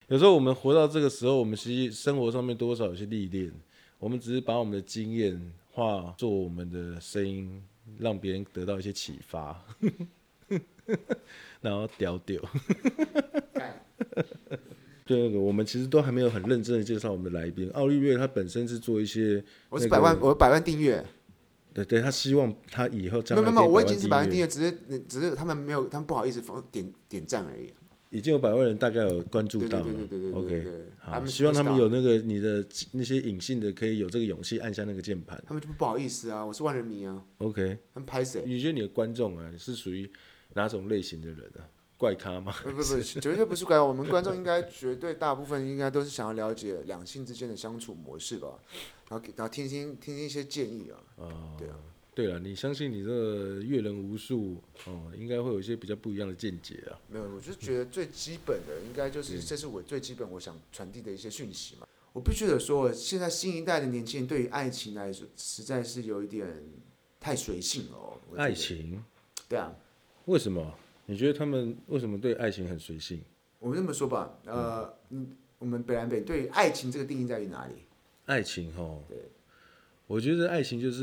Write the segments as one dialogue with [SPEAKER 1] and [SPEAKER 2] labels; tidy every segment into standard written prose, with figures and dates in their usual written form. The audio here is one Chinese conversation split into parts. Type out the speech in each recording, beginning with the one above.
[SPEAKER 1] 有时候我们活到这个时候，我们其实生活上面多少有些历练，我们只是把我们的经验化作我们的声音，让别人得到一些启发，然后屌屌。对，那个我们其实都还没有很认真的介绍我们的来宾奥利瑞，他本身是做一些、
[SPEAKER 2] 我是百万订阅。
[SPEAKER 1] 对，他希望他以后将来
[SPEAKER 2] 没有，我已经是
[SPEAKER 1] 100万
[SPEAKER 2] 百万订阅，只是他们没有，他们不好意思点赞而已。
[SPEAKER 1] 已经有100万人大概有关注到了。
[SPEAKER 2] 对
[SPEAKER 1] OK， 好，
[SPEAKER 2] 他们
[SPEAKER 1] 希望他们有那个你的那些隐性的，可以有这个勇气按下那个键盘。
[SPEAKER 2] 他们就不好意思啊，我是万人迷啊。
[SPEAKER 1] OK，
[SPEAKER 2] 他们拍谁？
[SPEAKER 1] 你觉得你的观众啊，是属于哪种类型的人啊？怪咖吗？
[SPEAKER 2] 不，绝对不是怪咖。我们观众应该绝对大部分应该都是想要了解两性之间的相处模式吧，然后听听一些建议啊。对啊。
[SPEAKER 1] 对了，你相信你这个阅人无数哦，应该会有一些比较不一样的见解啊。
[SPEAKER 2] 没有，我就觉得最基本的应该就是这是我最基本我想传递的一些讯息嘛。我必须得说，现在新一代的年轻人对于爱情来说，实在是有一点太随性了哦。
[SPEAKER 1] 爱情？
[SPEAKER 2] 对啊。
[SPEAKER 1] 为什么？你觉得他们为什么对爱情很随性？
[SPEAKER 2] 我们这么说吧，我们北南北对于爱情这个定义在于哪里？
[SPEAKER 1] 爱情哦，
[SPEAKER 2] 对。
[SPEAKER 1] 我觉得爱情就是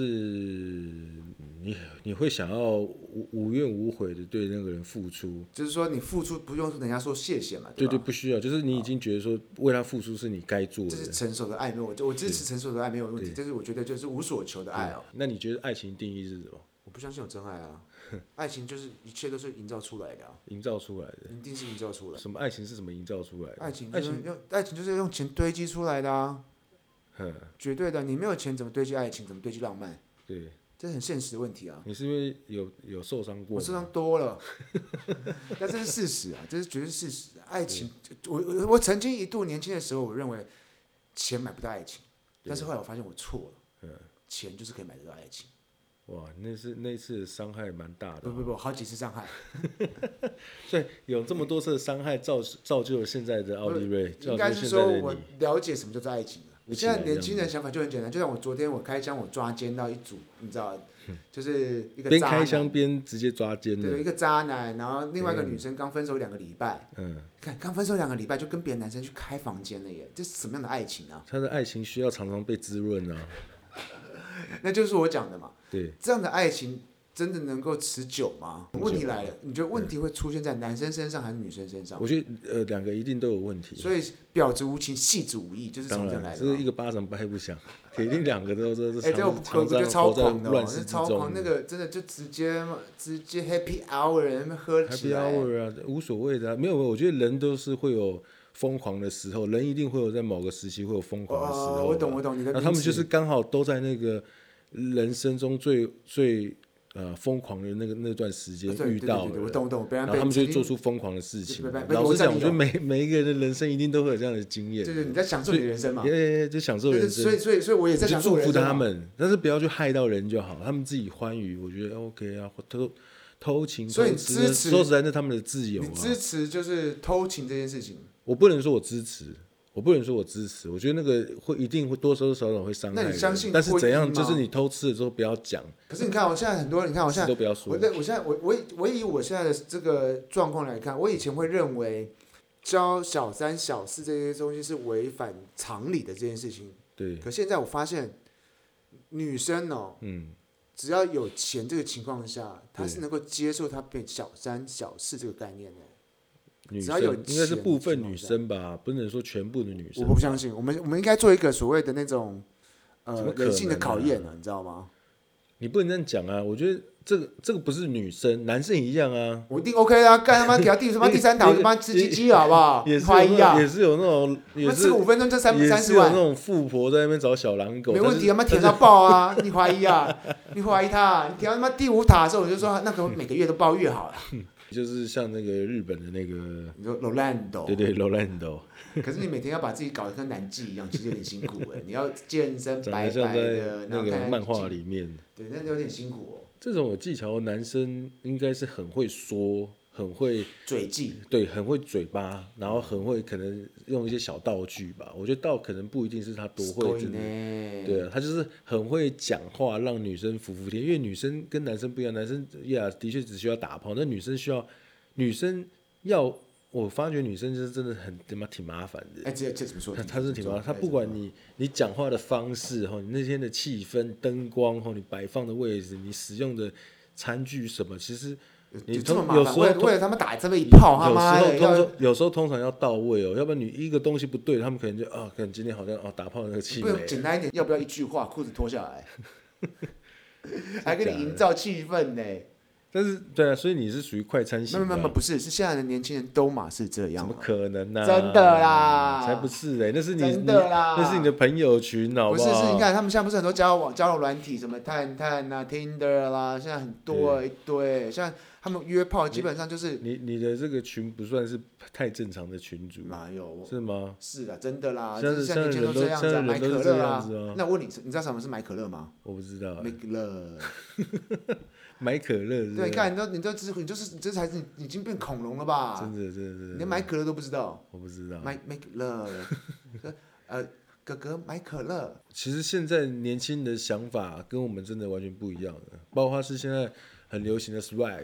[SPEAKER 1] 你会想要无怨无悔的对那个人付出，
[SPEAKER 2] 就是说你付出不用人家说谢谢嘛，
[SPEAKER 1] 对，不需要，就是你已经觉得说为他付出是你该做的，
[SPEAKER 2] 这是成熟的爱，没有我支持成熟的爱没有问题，这是我觉得就是无所求的爱哦。
[SPEAKER 1] 那你觉得爱情定义是什么？
[SPEAKER 2] 我不相信有真爱啊，爱情就是一切都是营造出来的啊，
[SPEAKER 1] 营造出来的，
[SPEAKER 2] 一定是营造出来的。
[SPEAKER 1] 什么爱情是什么营造出来的？
[SPEAKER 2] 爱情就是用钱堆积出来的啊。绝对的，你没有钱怎么堆积爱情？怎么堆积浪漫？
[SPEAKER 1] 对，
[SPEAKER 2] 这是很现实的问题啊。
[SPEAKER 1] 你是因为有受伤过？
[SPEAKER 2] 我受伤多了，但这是事实啊，这是绝对事实。爱情，我曾经一度年轻的时候，我认为钱买不到爱情，但是后来我发现我错了。钱就是可以买得到爱情。
[SPEAKER 1] 哇，那次的伤害蛮大的。
[SPEAKER 2] 不，好几次伤害。
[SPEAKER 1] 所以有这么多次的伤害造就了现在的奥利瑞，
[SPEAKER 2] 应该是说我了解什么叫做爱情了。现在年轻人想法就很简单，就像我昨天我开枪，我抓奸到一组，你知道，就是一个
[SPEAKER 1] 边开枪边直接抓奸的，
[SPEAKER 2] 对，一个渣男，然后另外一个女生刚分手2个礼拜，看刚分手2个礼拜就跟别的男生去开房间了耶，这是什么样的爱情啊？
[SPEAKER 1] 他的爱情需要常常被滋润啊，
[SPEAKER 2] 那就是我讲的嘛。
[SPEAKER 1] 对，
[SPEAKER 2] 这样的爱情真的能够持久吗？问题来了，你觉得问题会出现在男生身上还是女生身上？
[SPEAKER 1] 我觉得2个一定都有问题。
[SPEAKER 2] 所以婊子无情，戏子无义，就是从这来的。
[SPEAKER 1] 这是一个巴掌拍不响，铁定2个都是。
[SPEAKER 2] 这我觉得超狂的，
[SPEAKER 1] 超
[SPEAKER 2] 狂，那个真的就直接 Happy Hour 那边喝起来。
[SPEAKER 1] Happy Hour 啊，无所谓的，没有，我觉得人都是会有疯狂的时候，人一定会有在某个时期会有疯狂的时候。
[SPEAKER 2] 我懂你的。
[SPEAKER 1] 那他们就是刚好都在那个人生中最疯狂的那段时间遇到了，
[SPEAKER 2] 我懂，
[SPEAKER 1] 然后他们就做出疯狂的事情。老实讲，我觉得每一个人的人生一定都会有这样的经验。
[SPEAKER 2] 对，你在享受你的人生嘛？
[SPEAKER 1] 就享受人生。
[SPEAKER 2] 所以我也在享受人生。
[SPEAKER 1] 祝福他们，但是不要去害到人就好，他们自己欢愉，我觉得 OK 啊。偷情，
[SPEAKER 2] 所以你支持，
[SPEAKER 1] 说实在，那他们的自由。
[SPEAKER 2] 你支持就是偷情这件事情？
[SPEAKER 1] 我不能说我支持。我觉得那个一定会多多少少会伤害人。
[SPEAKER 2] 那你相信？
[SPEAKER 1] 但是怎样？就是你偷吃的时候不要讲。
[SPEAKER 2] 可是你看，我现在很多人，你看我现在
[SPEAKER 1] 都不要说。
[SPEAKER 2] 我以我现在的这个状况来看，我以前会认为教小三小四这些东西是违反常理的这件事情。
[SPEAKER 1] 对。
[SPEAKER 2] 可现在我发现，女生只要有钱这个情况下，她是能够接受她变小三小四这个概念的。
[SPEAKER 1] 只要有应该是部分女生吧，不能说全部的女生。
[SPEAKER 2] 我不相信，我们应该做一个所谓的那种人性的考验啊，你知道吗？
[SPEAKER 1] 你不能这样讲啊！我觉得这个不是女生，男生也一样啊。
[SPEAKER 2] 我一定 OK 啊！干他妈给他第3条，他妈吃鸡鸡好不好？怀疑啊！
[SPEAKER 1] 也是有那种，
[SPEAKER 2] 也是5分钟就30万。也
[SPEAKER 1] 是有那种富婆在那边找小狼狗。
[SPEAKER 2] 没问题，他妈舔到爆啊！你怀疑啊？你怀疑他？你舔到他妈第5塔的时候，我就说那个每个月都报越好了。
[SPEAKER 1] 就是像那个日本的那个，
[SPEAKER 2] 你说 Rolando，
[SPEAKER 1] 对 Rolando，
[SPEAKER 2] 可是你每天要把自己搞得跟男妓一样，其实有点辛苦哎。你要健身白白的，
[SPEAKER 1] 那个漫画里面，
[SPEAKER 2] 对，那有点辛苦哦。
[SPEAKER 1] 这种技巧，男生应该是很会说，很会
[SPEAKER 2] 嘴技，
[SPEAKER 1] 对，很会嘴巴，然后很会可能用一些小道具吧。我觉得可能不一定是他多会，真的，对啊，他就是很会讲话，让女生服服帖。因为女生跟男生不一样，男生的确只需要打炮，那女生要我发觉女生就是真的很他妈挺麻烦的。
[SPEAKER 2] 哎，这怎么说？
[SPEAKER 1] 她是挺麻烦，她不管你讲话的方式你那天的气氛、灯光你摆放的位置、你使用的餐具什么，其实你有时候
[SPEAKER 2] 为了他们打这么一炮，他妈的，
[SPEAKER 1] 有时候通常要到位要不然你一个东西不对，他们可能就可能今天好像打炮那个气没了。
[SPEAKER 2] 简单一点，要不要一句话，裤子脱下来，还给你营造气氛呢？
[SPEAKER 1] 但是对啊，所以你是属于快餐型的。
[SPEAKER 2] 没，不是现在的年轻人都嘛是这样。
[SPEAKER 1] 怎么可能呢？
[SPEAKER 2] 真的啦，
[SPEAKER 1] 才不是那是你
[SPEAKER 2] 真的啦，
[SPEAKER 1] 那是你的朋友群，好不好？
[SPEAKER 2] 不是，你看他们现在不是很多交友软体，什么探啊、Tinder 啦，现在很多一堆。像他们约炮基本上就是
[SPEAKER 1] 你的这个群不算是太正常的群主，
[SPEAKER 2] 哪有？
[SPEAKER 1] 是吗？
[SPEAKER 2] 是啊，真的啦，
[SPEAKER 1] 现在
[SPEAKER 2] 年轻人都这样子，买可乐啊。那我问你，你知道什么是买可乐吗？
[SPEAKER 1] 我不知道。
[SPEAKER 2] Make love。
[SPEAKER 1] 买可乐是？
[SPEAKER 2] 对，看你这才是已经变恐龙了吧？
[SPEAKER 1] 真的，
[SPEAKER 2] 你连买可乐都不知道？
[SPEAKER 1] 我不知道。
[SPEAKER 2] Make love，哥哥买可乐。
[SPEAKER 1] 其实现在年轻的想法跟我们真的完全不一样的，包括是现在很流行的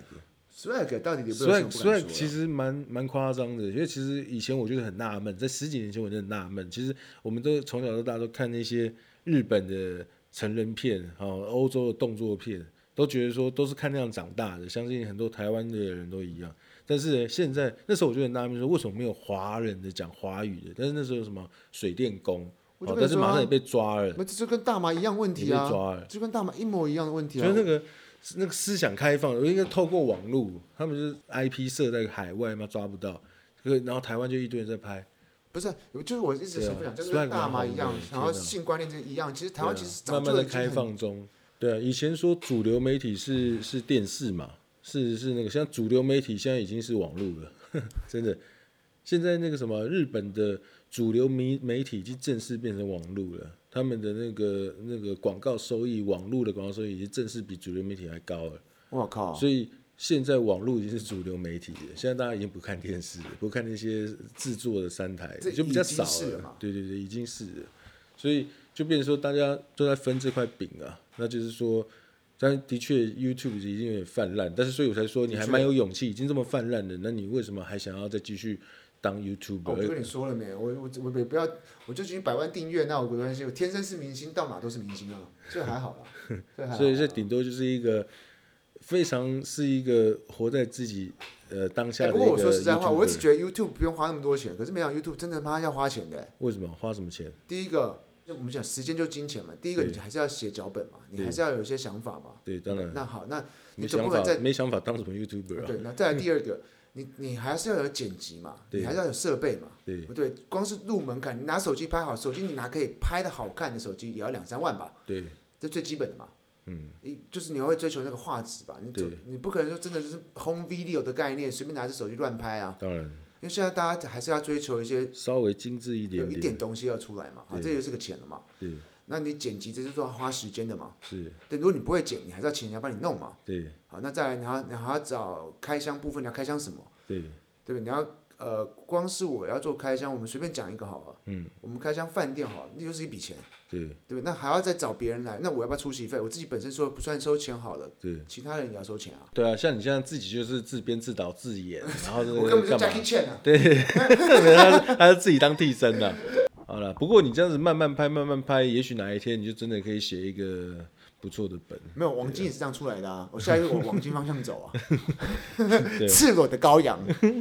[SPEAKER 1] swag
[SPEAKER 2] 到底有没有
[SPEAKER 1] swag 其实蛮夸张的，因为其实以前我觉得很纳闷，在10几年前我真的很纳闷，其实我们都从小到大都看那些日本的成人片，欧洲的动作片。都觉得说都是看那样长大的，相信很多台湾的人都一样。但是现在那时候我就很纳闷，说为什么没有华人的讲华语的？但是那时候有什么水电工，但是马上也被抓了。
[SPEAKER 2] 这就跟大麻一样问题啊，
[SPEAKER 1] 被抓了，
[SPEAKER 2] 就跟大麻一模一样的问题啊。
[SPEAKER 1] 就是那个思想开放，应该透过网络，他们就是 IP 设在海外嘛，抓不到，然后台湾就一堆人在拍。
[SPEAKER 2] 不是，就是我一直想分享，就是跟大麻一样，然后性观念这一样，其实台湾其实早就
[SPEAKER 1] 慢慢的开放中。对啊，以前说主流媒体是电视嘛，是那个，像主流媒体现在已经是网络了，真的。现在那个什么日本的主流媒体已经正式变成网络了，他们的那个广告收益，网络的广告收益已经正式比主流媒体还高了。
[SPEAKER 2] 我靠！
[SPEAKER 1] 所以现在网络已经是主流媒体了，现在大家已经不看电视了，不看那些制作的3台，就比较少了。对，已经是了，所以就变成说大家都在分这块饼啊。那就是说，但的确 YouTube 已经有点泛滥，但是所以我才说你还蛮有勇气，已经这么泛滥了，那你为什么还想要再继续当 YouTuber？
[SPEAKER 2] 我跟你说了没？我不要，我就已经100万订阅，那我没关系，我天生是明星，到哪都是明星啊，这还好啦。
[SPEAKER 1] 所以这顶多就是一个非常是一个活在自己当下的一个。
[SPEAKER 2] 不过我说实在话，我一直觉得 YouTube 不用花那么多钱，可是没想到 YouTube 真的妈要花钱的。
[SPEAKER 1] 为什么？花什么钱？
[SPEAKER 2] 第一个。就我们讲时间就金钱嘛，第一个你还是要写脚本嘛，你还是要有一些想法嘛。
[SPEAKER 1] 对，当然。
[SPEAKER 2] 那好，那
[SPEAKER 1] 你总不能没想法当什么 YouTuber 啊？
[SPEAKER 2] 对，那再来第二个，你还是要有剪辑嘛，你还是要有设备嘛，不对？光是入门槛，你拿手机拍好，手机你拿可以拍的好看的手机也要2-3万吧？
[SPEAKER 1] 对，
[SPEAKER 2] 这最基本的嘛。就是你会追求那个画质吧？你不可能说真的就是 home video 的概念，随便拿着手机乱拍啊。
[SPEAKER 1] 当然。
[SPEAKER 2] 因为现在大家还是要追求一些
[SPEAKER 1] 稍微精致一点，
[SPEAKER 2] 有一点东西要出来嘛，这就是个钱了嘛。
[SPEAKER 1] 对。
[SPEAKER 2] 那你剪辑这就是要花时间的嘛。
[SPEAKER 1] 是。
[SPEAKER 2] 对，如果你不会剪，你还是要请人家帮你弄嘛。
[SPEAKER 1] 对。
[SPEAKER 2] 好，那再来你还要找开箱部分，你要开箱什么？
[SPEAKER 1] 对。
[SPEAKER 2] 对不对？你要光是我要做开箱，我们随便讲一个好了。我们开箱饭店好了，那就是一笔钱。
[SPEAKER 1] 对。
[SPEAKER 2] 对不对？那还要再找别人来，那我要不要出席费？我自己本身说不算收钱好了。
[SPEAKER 1] 对。
[SPEAKER 2] 其他人也要收钱啊。
[SPEAKER 1] 对啊，像你现在自己就是自编自导自演，然后
[SPEAKER 2] 我根本就 Jackie Chan 啊。
[SPEAKER 1] 对，他是自己当替身的。好了，不过你这样子慢慢拍，也许哪一天你就真的可以写一个不错的本。
[SPEAKER 2] 没有，王晶也是这样出来的啊。我下一个往王晶方向走啊。赤裸的羔羊。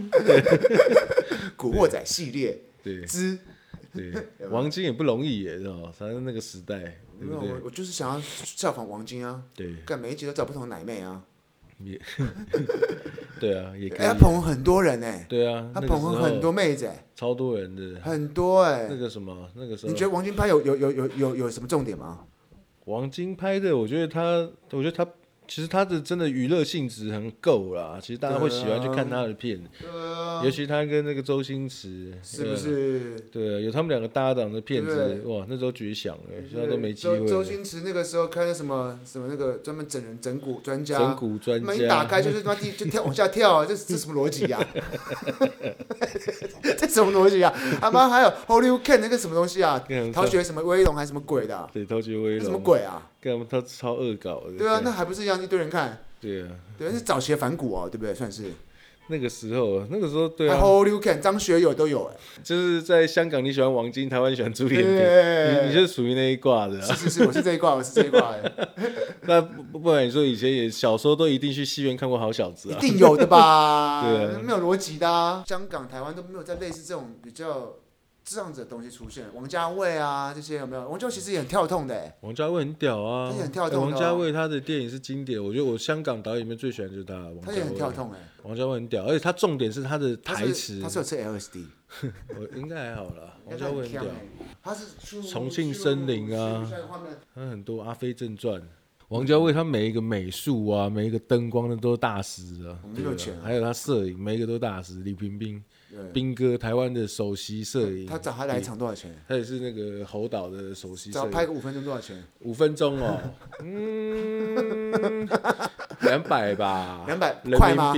[SPEAKER 2] 古惑仔系列。
[SPEAKER 1] 对。
[SPEAKER 2] 对，
[SPEAKER 1] 王晶也不容易耶，是吧？反正那个时代，对不对？
[SPEAKER 2] 我就是想要效仿王晶啊。
[SPEAKER 1] 对。
[SPEAKER 2] 干每一集都找不同奶妹啊。
[SPEAKER 1] 对啊，也可以。
[SPEAKER 2] 他捧很多人哎。
[SPEAKER 1] 对啊。
[SPEAKER 2] 他捧很多妹子哎。
[SPEAKER 1] 超多人的。
[SPEAKER 2] 很多哎。
[SPEAKER 1] 那个什么，那个时候。
[SPEAKER 2] 你觉得王晶拍有什么重点吗？
[SPEAKER 1] 王晶拍的，我觉得他。其实他的真的娱乐性质很够啦，其实大家会喜欢去看他的片，尤其他跟那个周星驰，
[SPEAKER 2] 是不是？
[SPEAKER 1] 对，有他们2个搭档的片子，哇，那时候绝响了，现在都没机会。
[SPEAKER 2] 周星驰那个时候开的什么那个专门整人整骨专家，
[SPEAKER 1] 整骨专家，
[SPEAKER 2] 一打开就是他就跳往下跳，这什么逻辑呀？这什么逻辑啊？他妈还有 Hollywood Ken 那个什么东西啊？逃学什么威龙还是什么鬼的？
[SPEAKER 1] 对，逃学威龙。
[SPEAKER 2] 什么鬼啊？
[SPEAKER 1] 他超恶搞的。
[SPEAKER 2] 对啊，那还不是一样一堆人看？
[SPEAKER 1] 对啊。
[SPEAKER 2] 对，是早期的反骨哦，对不对？算是。
[SPEAKER 1] 那个时候对啊，
[SPEAKER 2] 还 Hold You Can 张学友都有
[SPEAKER 1] 就是在香港你喜欢王晶，台湾你喜欢朱连
[SPEAKER 2] 对
[SPEAKER 1] 平，你就是属于那一挂的、啊。
[SPEAKER 2] 是，我是这一挂的。
[SPEAKER 1] 那不然你说以前也小时候都一定去戏院看过好小子啊？
[SPEAKER 2] 一定有的吧？
[SPEAKER 1] 对啊，
[SPEAKER 2] 没有逻辑的啊。香港、台湾都没有在类似这种比较这样子的东西出现。王家卫啊，这些有没有？王家卫其实也很跳痛的
[SPEAKER 1] 王家卫很屌啊，
[SPEAKER 2] 他也很跳痛的
[SPEAKER 1] 王家卫他的电影是经典，我觉得我香港导演里面最喜欢就是他。
[SPEAKER 2] 他也很跳痛
[SPEAKER 1] 王家卫很屌，而且他重点是他的台词。
[SPEAKER 2] 他是有吃 LSD，
[SPEAKER 1] 我应该还好啦。王家卫很屌，
[SPEAKER 2] 他是
[SPEAKER 1] 重庆森林啊，他很多《阿飞正传》。王家卫他每一个美术啊，每一个灯光的都是大师啊，
[SPEAKER 2] 我们有钱
[SPEAKER 1] 还有他摄影，每一个都大师。李冰冰，冰哥，台湾的首席摄影，
[SPEAKER 2] 他找他来一场多少钱？
[SPEAKER 1] 他也是那个侯导的首席摄影。
[SPEAKER 2] 只要拍个5分钟多少钱
[SPEAKER 1] ？5分钟哦，200吧
[SPEAKER 2] ，200块吗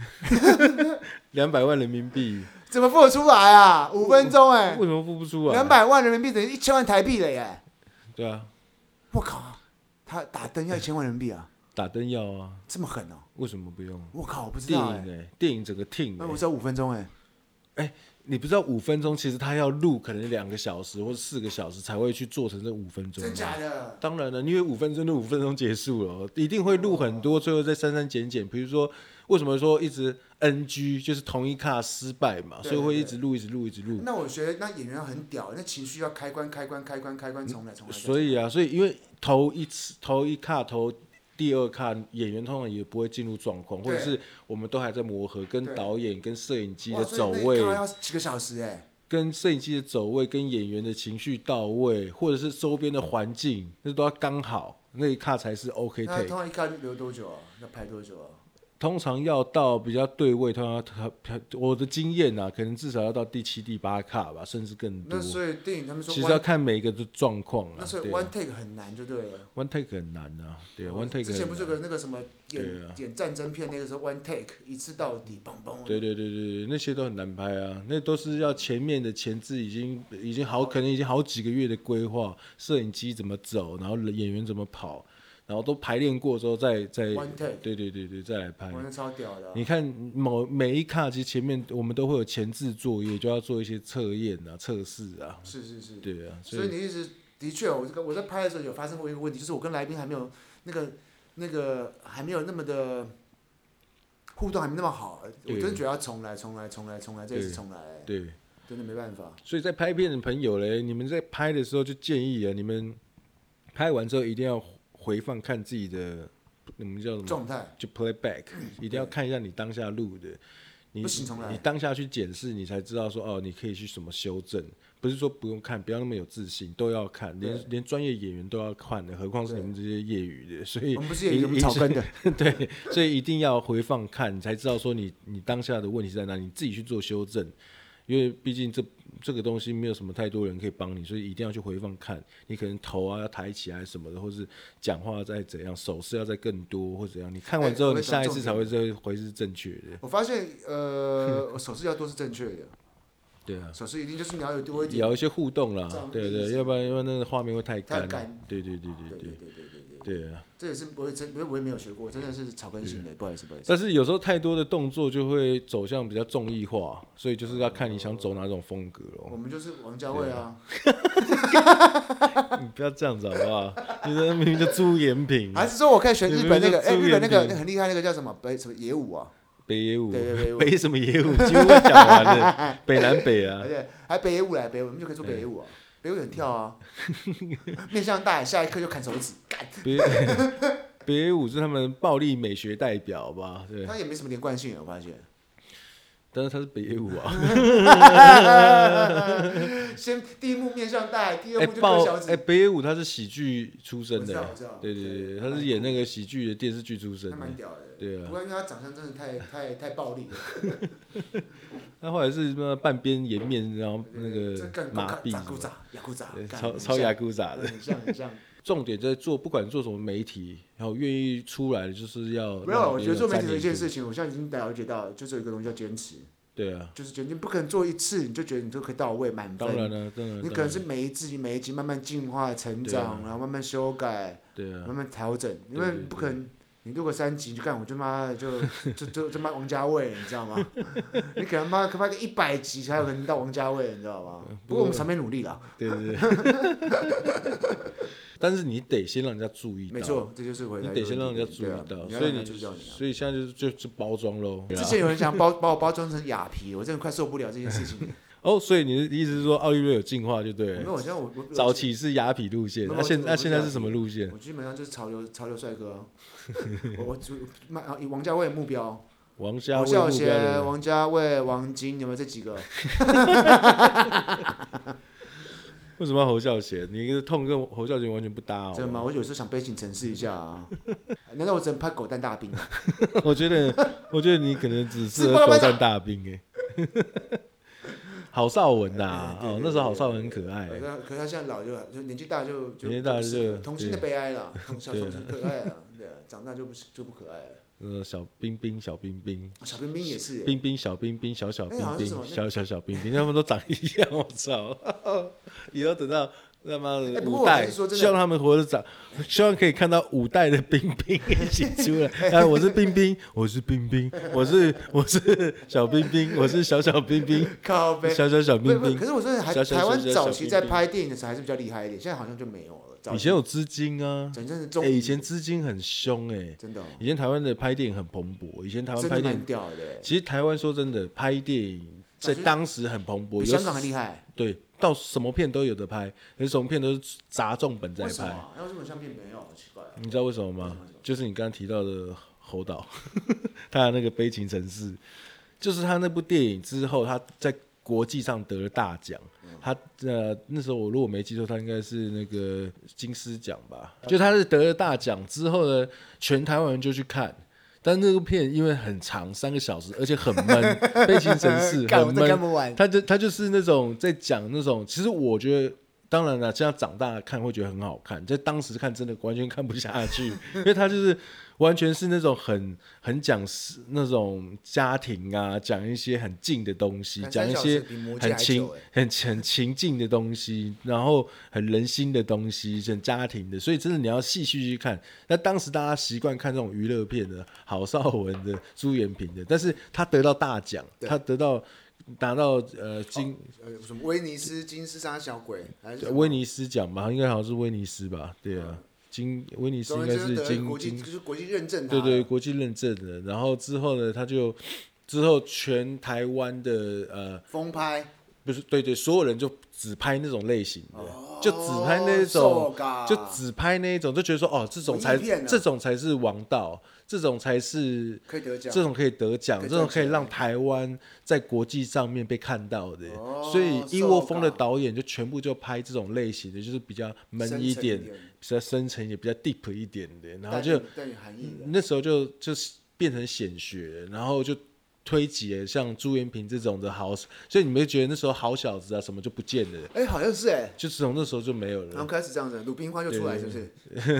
[SPEAKER 1] ？200万人民币，
[SPEAKER 2] 怎么付得出来啊？5分钟
[SPEAKER 1] 为什么付不出来
[SPEAKER 2] ？200万人民币等于1000万台币了耶！
[SPEAKER 1] 对啊，
[SPEAKER 2] 我靠，他打灯要1000万人民币啊？
[SPEAKER 1] 打灯要啊，
[SPEAKER 2] 这么狠哦？
[SPEAKER 1] 为什么不用？
[SPEAKER 2] 我靠，我不知道
[SPEAKER 1] 电影整个 team，
[SPEAKER 2] 我知道5分钟
[SPEAKER 1] 你不知道5分钟，其实他要录可能2个小时或者4个小时才会去做成这5分钟。
[SPEAKER 2] 真假的？
[SPEAKER 1] 当然了，因为5分钟就5分钟结束了，一定会录很多，最后再删减。比如说，为什么说一直 NG， 就是同一卡失败嘛，所以会一直录。
[SPEAKER 2] 那我觉得那演员要很屌，那情绪要开关，重来。
[SPEAKER 1] 所以因为头一卡第二卡演员通常也不会进入状况，或者是我们都还在磨合，跟导演、跟摄影机的走位，
[SPEAKER 2] 要几个小时
[SPEAKER 1] 跟摄影机的走位、跟演员的情绪到位，或者是周边的环境，那都要刚好，那一卡才是 OK take。
[SPEAKER 2] 那通常一卡留多久啊？要拍多久啊？
[SPEAKER 1] 通常要到比较对位，通常我的经验啊，可能至少要到第7、第8卡吧，甚至更多。
[SPEAKER 2] 那所以电影他们说，
[SPEAKER 1] 其实要看每一个的状况啊。
[SPEAKER 2] 那所以 one take 很难就对了。
[SPEAKER 1] one take 很难啊，对 one take 很难。
[SPEAKER 2] 之前不是有个那个什么演战争片，那个时候 one take 一次到底，嘣嘣。
[SPEAKER 1] 对，那些都很难拍啊，那都是要前面的前置已经好，可能已经好几个月的规划，摄影机怎么走，然后演员怎么跑。然后都排练过之后再对再来拍，
[SPEAKER 2] 玩的超屌的。
[SPEAKER 1] 你看每一卡，其实前面我们都会有前置作业，就要做一些测验啊、测试啊。
[SPEAKER 2] 是，
[SPEAKER 1] 对啊。
[SPEAKER 2] 所以你一直的确，我在拍的时候有发生过一个问题，就是我跟来宾还没有那个还没有那么的互动，还没那么好，我真的觉得要重来，这一次重来。
[SPEAKER 1] 对，
[SPEAKER 2] 真的没办法。
[SPEAKER 1] 所以在拍片的朋友嘞，你们在拍的时候就建议啊，你们拍完之后一定要回放看自己的，你们叫什么
[SPEAKER 2] 状态，
[SPEAKER 1] 就 play back， 一定要看一下你当下录的，你当下去检视，你才知道说你可以去什么修正，不是说不用看，不要那么有自信，都要看，连专业演员都要看的，何况是你们这些业余的，所以
[SPEAKER 2] 我们不是业余，我们草根的，
[SPEAKER 1] 对，所以一定要回放看，你才知道说你当下的问题在哪里，你自己去做修正。因为毕竟这个东西没有什么太多人可以帮你，所以一定要去回放看。你可能头要抬起来什么的，或是讲话再怎样，手势要再更多或怎样。你看完之后，你下一次才会回是正确的。
[SPEAKER 2] 我发现手势要多是正确的。
[SPEAKER 1] 对啊，
[SPEAKER 2] 手势一定就是你要有多一点，
[SPEAKER 1] 有一些互动啦，对，要不然那个画面会太干。对。对啊，
[SPEAKER 2] 这也是我也没有学过，真的是草根型的，不好意思。
[SPEAKER 1] 但是有时候太多的动作就会走向比较综艺化，所以就是要看你想走哪种风格咯。
[SPEAKER 2] 我们就是王家卫啊。
[SPEAKER 1] 你不要这样子好不好？你这明明就朱延平。
[SPEAKER 2] 还是说我可以选日本那个？日本那个很厉害，那个叫什么什么野舞啊？
[SPEAKER 1] 北野武，
[SPEAKER 2] 对，
[SPEAKER 1] 北什么野武？几乎快讲完了，北南北啊。
[SPEAKER 2] 对，还北野武来，我们就可以做北野舞啊。北野武很跳啊，面向大海，下一刻就砍手指。
[SPEAKER 1] 北野武是他们暴力美学代表吧？对。
[SPEAKER 2] 他也没什么连贯性，我发现。
[SPEAKER 1] 但是他是北野武啊。
[SPEAKER 2] 先第一幕面向大海，第二幕就割小指。
[SPEAKER 1] 北野武他是喜剧出身的。
[SPEAKER 2] 我知道。
[SPEAKER 1] 对，他是演那个喜剧的电视剧出身的。
[SPEAKER 2] 他蛮屌的。
[SPEAKER 1] 对啊。
[SPEAKER 2] 不过因为他长相真的太暴力了。
[SPEAKER 1] 他后来是什么半边颜面，然后那个麻痹，超雅库扎的。
[SPEAKER 2] 很像。
[SPEAKER 1] 重点在做，不管做什么媒体，然后愿意出来就是要。
[SPEAKER 2] 没有，我觉得做媒体的一件事情，我现在已经了解到，就是有一个东西叫坚持。
[SPEAKER 1] 对啊。
[SPEAKER 2] 就是坚持，你不可能做一次你就觉得你就可以到位满分。
[SPEAKER 1] 当然了，
[SPEAKER 2] 你可能是每一集慢慢进化成长，然后慢慢修改，
[SPEAKER 1] 对啊，
[SPEAKER 2] 慢慢调整，因为不可能你录个3集，就干我他妈的就妈王家卫，你知道吗？你可能拍个100集才有可能到王家卫，你知道吗？不过我们长篇努力啦。
[SPEAKER 1] 对。但是你得先让人家注意到，
[SPEAKER 2] 没错，这就是回来。
[SPEAKER 1] 你得先让人家注意到，所以现在就包装喽。
[SPEAKER 2] 之前有人想把我包装成雅皮，我真的快受不了这件事情。
[SPEAKER 1] 哦，所以你的意思是说奥利瑞有进化就对了？
[SPEAKER 2] 没有，现在我
[SPEAKER 1] 早期是雅痞路线，那现在是什么路线？
[SPEAKER 2] 我基本上就是潮流帅哥、啊。我以王家卫目标。
[SPEAKER 1] 王家卫、
[SPEAKER 2] 侯孝贤、王家卫、王晶，有没有这几个？
[SPEAKER 1] 为什么要侯孝贤？你的痛跟侯孝贤完全不搭哦。
[SPEAKER 2] 真的吗？我有时候想悲情城市一下啊。难道我只能拍狗蛋大兵啊？
[SPEAKER 1] 我觉得你可能只适合狗蛋大兵郝邵文呐，那时候郝邵文很可爱。
[SPEAKER 2] 可是他现在老就年纪大就童心的悲哀了，小童可爱了，对，长大就不可爱了。
[SPEAKER 1] 小冰冰
[SPEAKER 2] 小冰冰也是。
[SPEAKER 1] 冰冰小冰冰小冰冰小冰冰，他们都长一样，我操！以后等到他妈的5代，希望他们活着长，希望可以看到5代的冰冰一起出来。我是冰冰，我是冰冰，我是小冰冰，我是小冰冰，小冰冰。
[SPEAKER 2] 可是我说台湾早期在拍电影的时候还是比较厉害一点，现在好像就没有了。
[SPEAKER 1] 以前有资金啊，以前资金很凶
[SPEAKER 2] 真的。
[SPEAKER 1] 以前台湾的拍电影很蓬勃，以前台湾拍电影其实台湾说真的拍电影在当时很蓬勃，
[SPEAKER 2] 比香港还厉害。
[SPEAKER 1] 对，到什么片都有的拍，可是什么片都是砸重本在拍。为什
[SPEAKER 2] 么像片没有？好奇怪。
[SPEAKER 1] 你知道为什么吗？就是你刚刚提到的侯导，他的那个《悲情城市》，就是他那部电影之后，他在国际上得了大奖。他那时候我如果没记错，他应该是那个金狮奖吧？就他是得了大奖之后呢，全台湾人就去看。但那部片因为很长，3个小时，而且很闷，《悲情城市》很闷。他就是那种在讲那种，其实我觉得，当然了，现在长大看会觉得很好看，在当时看真的完全看不下去，因为他就是完全是那种很讲那种家庭啊，讲一些很近的东西，讲一些很情境的东西，然后很人心的东西，很家庭的，所以真的你要细细去看。那当时大家习惯看这种娱乐片的，郝邵文的、朱延平的，但是他得到大奖，他拿到
[SPEAKER 2] 什么威尼斯金狮杀小鬼，
[SPEAKER 1] 威尼斯奖吧，应该好像是威尼斯吧，对啊。威尼斯应该是
[SPEAKER 2] 就是国际认证，
[SPEAKER 1] 对，国际认证的。然后之后呢，之后全台湾的
[SPEAKER 2] 风拍，
[SPEAKER 1] 不是对，所有人就只拍那种类型的，就只拍那种，就觉得说这种才是王道，这种才是
[SPEAKER 2] 可以得奖，
[SPEAKER 1] 这种可以得奖，这种可以让台湾在国际上面被看到的。所以一窝蜂的导演就全部就拍这种类型的，就是比较闷一点，比较深层也比较 deep 一点的，然后就那时候就变成显学，然后就推挤了像朱延平这种的好，所以你们觉得那时候好小子啊什么就不见了？
[SPEAKER 2] 好像是
[SPEAKER 1] 就从那时候就没有了。
[SPEAKER 2] 然后开始这样子，鲁冰花就出来，是不是？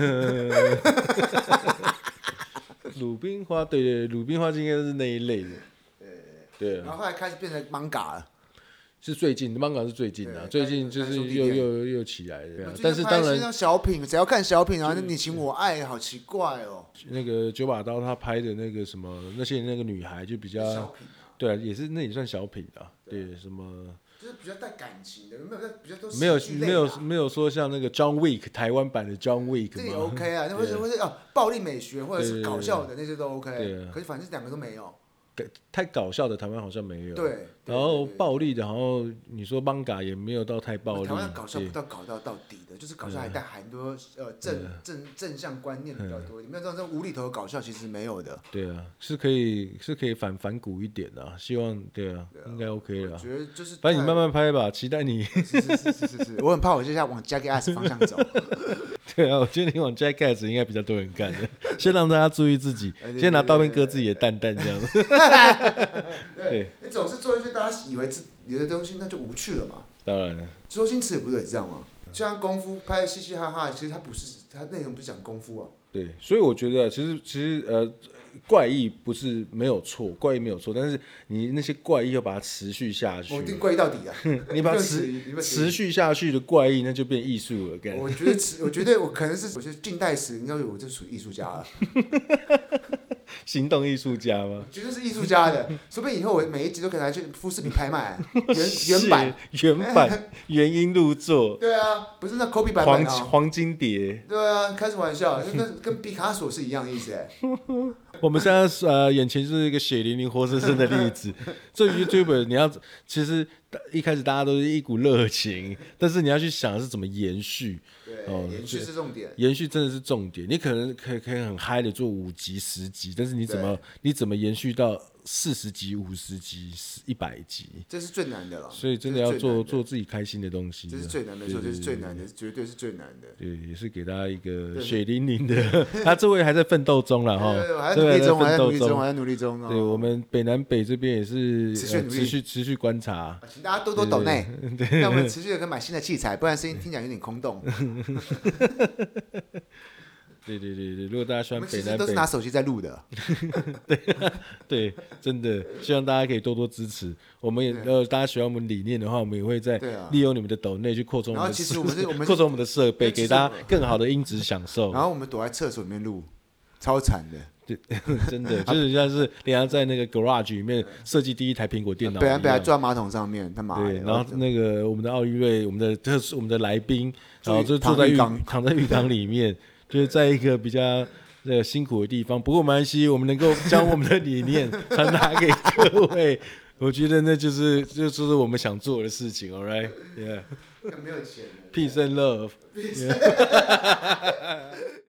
[SPEAKER 1] 鲁冰花，对，鲁冰花应该是那一类的。对。
[SPEAKER 2] 然后后来开始变成 manga 了。
[SPEAKER 1] 是最近 manga 是最近的，最近就是又起来了。但是当然
[SPEAKER 2] 小品，只要看小品，然后你情我爱，好奇怪哦。
[SPEAKER 1] 那个9把刀他拍的那个什么那个女孩就比较，对啊，那也算小品啊。对，什么
[SPEAKER 2] 就是比较带感情的，比较都
[SPEAKER 1] 没有说像那个 John Wick 台湾版的 John Wick
[SPEAKER 2] 这也 OK 啊，那或者是暴力美学或者是搞笑的那些都 OK。对，可是反正2个都没有。
[SPEAKER 1] 太搞笑的台湾好像没有，
[SPEAKER 2] 对，
[SPEAKER 1] 然后暴力的，然后你说 manga 也没有到太暴力。
[SPEAKER 2] 台湾搞笑不到搞到底的，就是搞笑还带很多正向观念比较多，没有这种无厘头的搞笑其实没有的。
[SPEAKER 1] 对啊，是可以反骨一点的，希望对啊，应该 OK 了。
[SPEAKER 2] 我觉得就是
[SPEAKER 1] 反正你慢慢拍吧，期待你。
[SPEAKER 2] 是，我很怕我接下来往 Jackass 方向走。
[SPEAKER 1] 对啊，我觉得你往 Jackass 应该比较多人干的，先让大家注意自己，先拿刀片割自己的蛋这样子。
[SPEAKER 2] 对，你总是做一些大家以为你的东西，那就无趣了嘛。
[SPEAKER 1] 当然了，
[SPEAKER 2] 周星驰也不是也这样吗？像功夫拍嘻嘻哈哈，其实他内容不是讲功夫啊。
[SPEAKER 1] 对，所以我觉得其实怪异不是没有错，怪异没有错，但是你那些怪异要把它持续下去，
[SPEAKER 2] 我一定怪异到底啊！
[SPEAKER 1] 你把它持续下去的怪异，那就变艺术了。
[SPEAKER 2] 我觉得我可能是，我觉得近代史应该我就属于艺术家了。
[SPEAKER 1] 行动艺术家吗？
[SPEAKER 2] 绝对是艺术家的，说不定以后我每一集都可以拿去富士比拍卖，原版、
[SPEAKER 1] 原音录作。
[SPEAKER 2] 对啊，不是那 copy 版本啊，
[SPEAKER 1] 黄金碟。
[SPEAKER 2] 对啊，开什么玩笑，跟毕卡索是一样的意思哎。
[SPEAKER 1] 我们现在眼前就是一个血淋淋、活生生的例子。这 YouTuber 你要，其实一开始大家都是一股热情，但是你要去想是怎么延续。
[SPEAKER 2] 对，延续是重点。
[SPEAKER 1] 延续真的是重点。你可能可以很嗨的做5集、10集，但是你怎么延续到40集、50集、100集？
[SPEAKER 2] 这是最难的了。
[SPEAKER 1] 所以真的要做自己开心的东西。
[SPEAKER 2] 这是最难的，没错，这是最难的，绝对是最难的。
[SPEAKER 1] 对，也是给大家一个血淋淋的。他这位还在奋斗中了哈，
[SPEAKER 2] 对，还在努力中，还在努力中。
[SPEAKER 1] 对，我们北南北这边也是持续观察，
[SPEAKER 2] 请大家多多抖内，让我们持续的买新的器材，不然声音听起来有点空洞。
[SPEAKER 1] 对，如果大家喜欢北南北，
[SPEAKER 2] 都是拿手机在录的。
[SPEAKER 1] 对，真的希望大家可以多多支持。我们也大家喜欢我们理念的话，我们也会在利用你们的抖内去扩充我们的设备，给大家更好的音质享受。
[SPEAKER 2] 然后我们躲在厕所里面录，超惨的。
[SPEAKER 1] 对，真的就是像是人家在那个 garage 里面设计第一台苹果电脑，
[SPEAKER 2] 被坐在马桶上面，他妈的。
[SPEAKER 1] 对，然后那个我们的奥利瑞，我们的来宾，然后就躺在浴缸里面，就是在一个比较辛苦的地方。不过没关系，我们能够将我们的理念传达给各位，我觉得那就是我们想做的事情。All right， yeah，
[SPEAKER 2] 没有钱。
[SPEAKER 1] Peace and love。